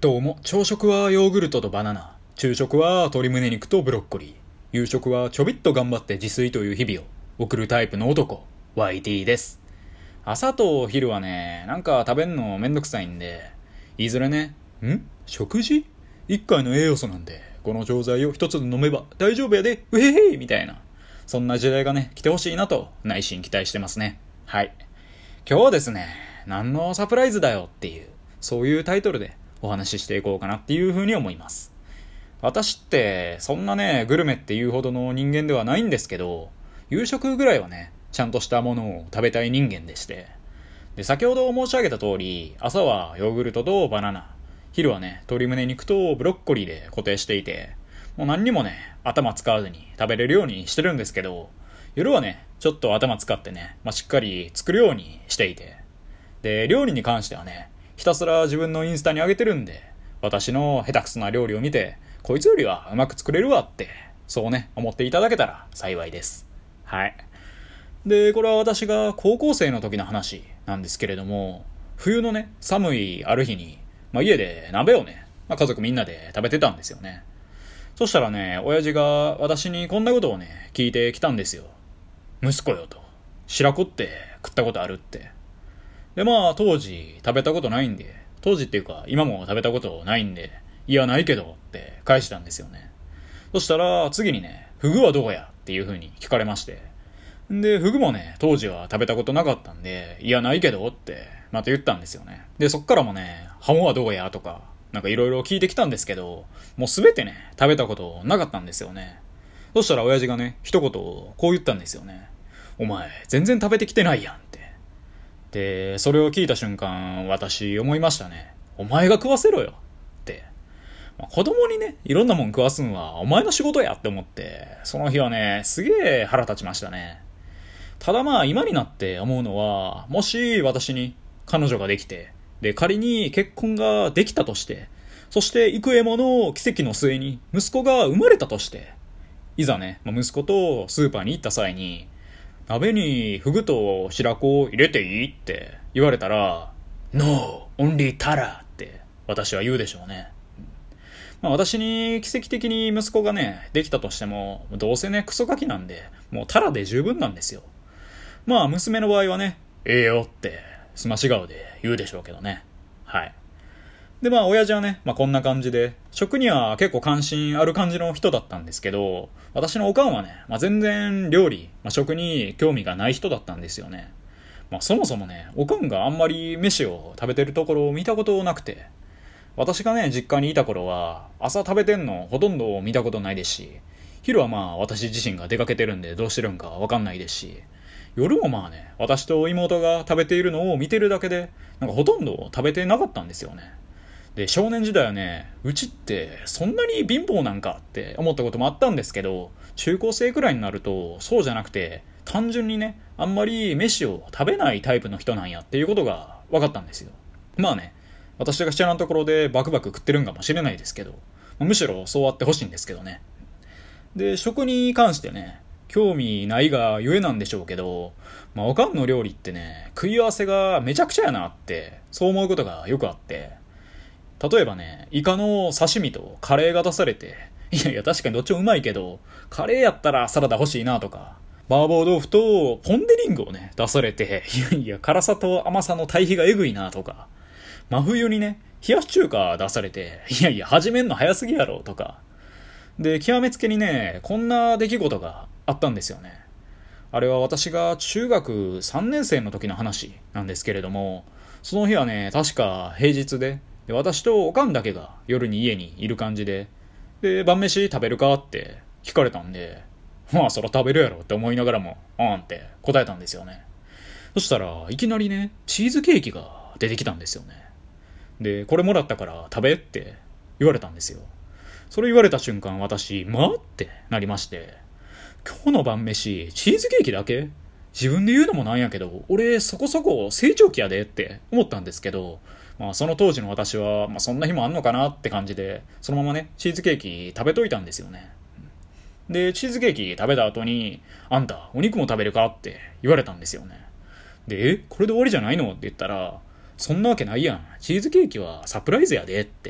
どうも、朝食はヨーグルトとバナナ。昼食は鶏胸肉とブロッコリー。夕食はちょびっと頑張って自炊という日々を送るタイプの男、YT です。朝と昼はね、なんか食べんのめんどくさいんで、いずれね、食事一回の栄養素なんで、この錠剤を一つで飲めば大丈夫やで、うへへみたいな。そんな時代がね、来てほしいなと内心期待してますね。はい。今日はですね、何のサプライズだよっていう、そういうタイトルでお話ししていこうかなっていうふうに思います。私ってそんなねグルメっていうほどの人間ではないんですけど、夕食ぐらいはねちゃんとしたものを食べたい人間でして、で先ほど申し上げた通り、朝はヨーグルトとバナナ、昼はね鶏胸肉とブロッコリーで固定していて、もう何にもね頭使わずに食べれるようにしてるんですけど、夜はねちょっと頭使ってね、しっかり作るようにしていて、で料理に関してはねひたすら自分のインスタに上げてるんで、私の下手くそな料理を見て、こいつよりはうまく作れるわって、そうね、思っていただけたら幸いです。はい。で、これは私が高校生の時の話なんですけれども、冬のね、寒いある日に、家で鍋をね、家族みんなで食べてたんですよね。そしたらね、親父が私にこんなことをね、聞いてきたんですよ。息子よと。白子って食ったことあるって。で当時食べたことないんで、当時っていうか今も食べたことないんで、いやないけどって返したんですよね。そしたら次にね、フグはどうやっていう風に聞かれまして、でフグもね当時は食べたことなかったんで、いやないけどってまた言ったんですよね。でそっからもね、ハモはどうやとかなんかいろいろ聞いてきたんですけど、もうすべてね食べたことなかったんですよね。そしたら親父がね一言こう言ったんですよね。お前全然食べてきてないやんって。で、それを聞いた瞬間、私思いましたね。お前が食わせろよって。子供にね、いろんなもん食わすんはお前の仕事やって思って、その日はね、すげえ腹立ちましたね。ただ今になって思うのは、もし私に彼女ができて、で、仮に結婚ができたとして、そして幾重もの奇跡の末に息子が生まれたとして、いざね、息子とスーパーに行った際に、鍋にフグと白子を入れていいって言われたら、No, only タラって私は言うでしょうね。私に奇跡的に息子がね、できたとしても、どうせね、クソガキなんで、もうタラで十分なんですよ。娘の場合はね、ええよってすまし顔で言うでしょうけどね。はい。で親父はね、こんな感じで、食には結構関心ある感じの人だったんですけど、私のおかんはね、全然料理、食に興味がない人だったんですよね。そもそもね、おかんがあんまり飯を食べてるところを見たことなくて、私がね、実家にいた頃は、朝食べてんのほとんど見たことないですし、昼は私自身が出かけてるんでどうしてるんかわかんないですし、夜もね、私と妹が食べているのを見てるだけで、なんかほとんど食べてなかったんですよね。で、少年時代はね、うちってそんなに貧乏なんかって思ったこともあったんですけど、中高生くらいになるとそうじゃなくて、単純にね、あんまり飯を食べないタイプの人なんやっていうことが分かったんですよ。私が知らんところでバクバク食ってるんかもしれないですけど、むしろそうあってほしいんですけどね。で、食に関してね、興味ないがゆえなんでしょうけど、おかんの料理ってね、食い合わせがめちゃくちゃやなって、そう思うことがよくあって、例えばね、イカの刺身とカレーが出されて、いやいや確かにどっちもうまいけど、カレーやったらサラダ欲しいなとか、麻婆豆腐とポンデリングをね、出されて、いやいや辛さと甘さの対比がエグいなとか、真冬にね、冷やし中華出されて、いやいや始めんの早すぎやろとか。で、極めつけにね、こんな出来事があったんですよね。あれは私が中学3年生の時の話なんですけれども、その日はね、確か平日で、私とおかんだけが夜に家にいる感じで、晩飯食べるかって聞かれたんで、そら食べるやろって思いながらも、って答えたんですよね。そしたらいきなりね、チーズケーキが出てきたんですよね。で、これもらったから食べって言われたんですよ。それ言われた瞬間、私ってなりまして、今日の晩飯チーズケーキだけ、自分で言うのもなんやけど、俺そこそこ成長期やでって思ったんですけど、その当時の私は、そんな日もあんのかなって感じで、そのままね、チーズケーキ食べといたんですよね。で、チーズケーキ食べた後に、あんた、お肉も食べるかって言われたんですよね。で、これで終わりじゃないのって言ったら、そんなわけないやん。チーズケーキはサプライズやでって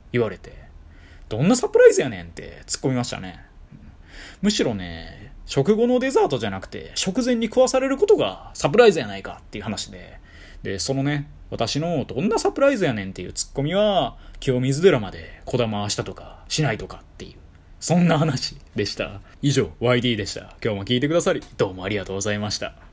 言われて、どんなサプライズやねんって突っ込みましたね。むしろね、食後のデザートじゃなくて食前に食わされることがサプライズやないかっていう話で、そのね、私のどんなサプライズやねんっていうツッコミは、清水寺までこだましたとかしないとかっていう、そんな話でした。以上、YD でした。今日も聞いてくださり、どうもありがとうございました。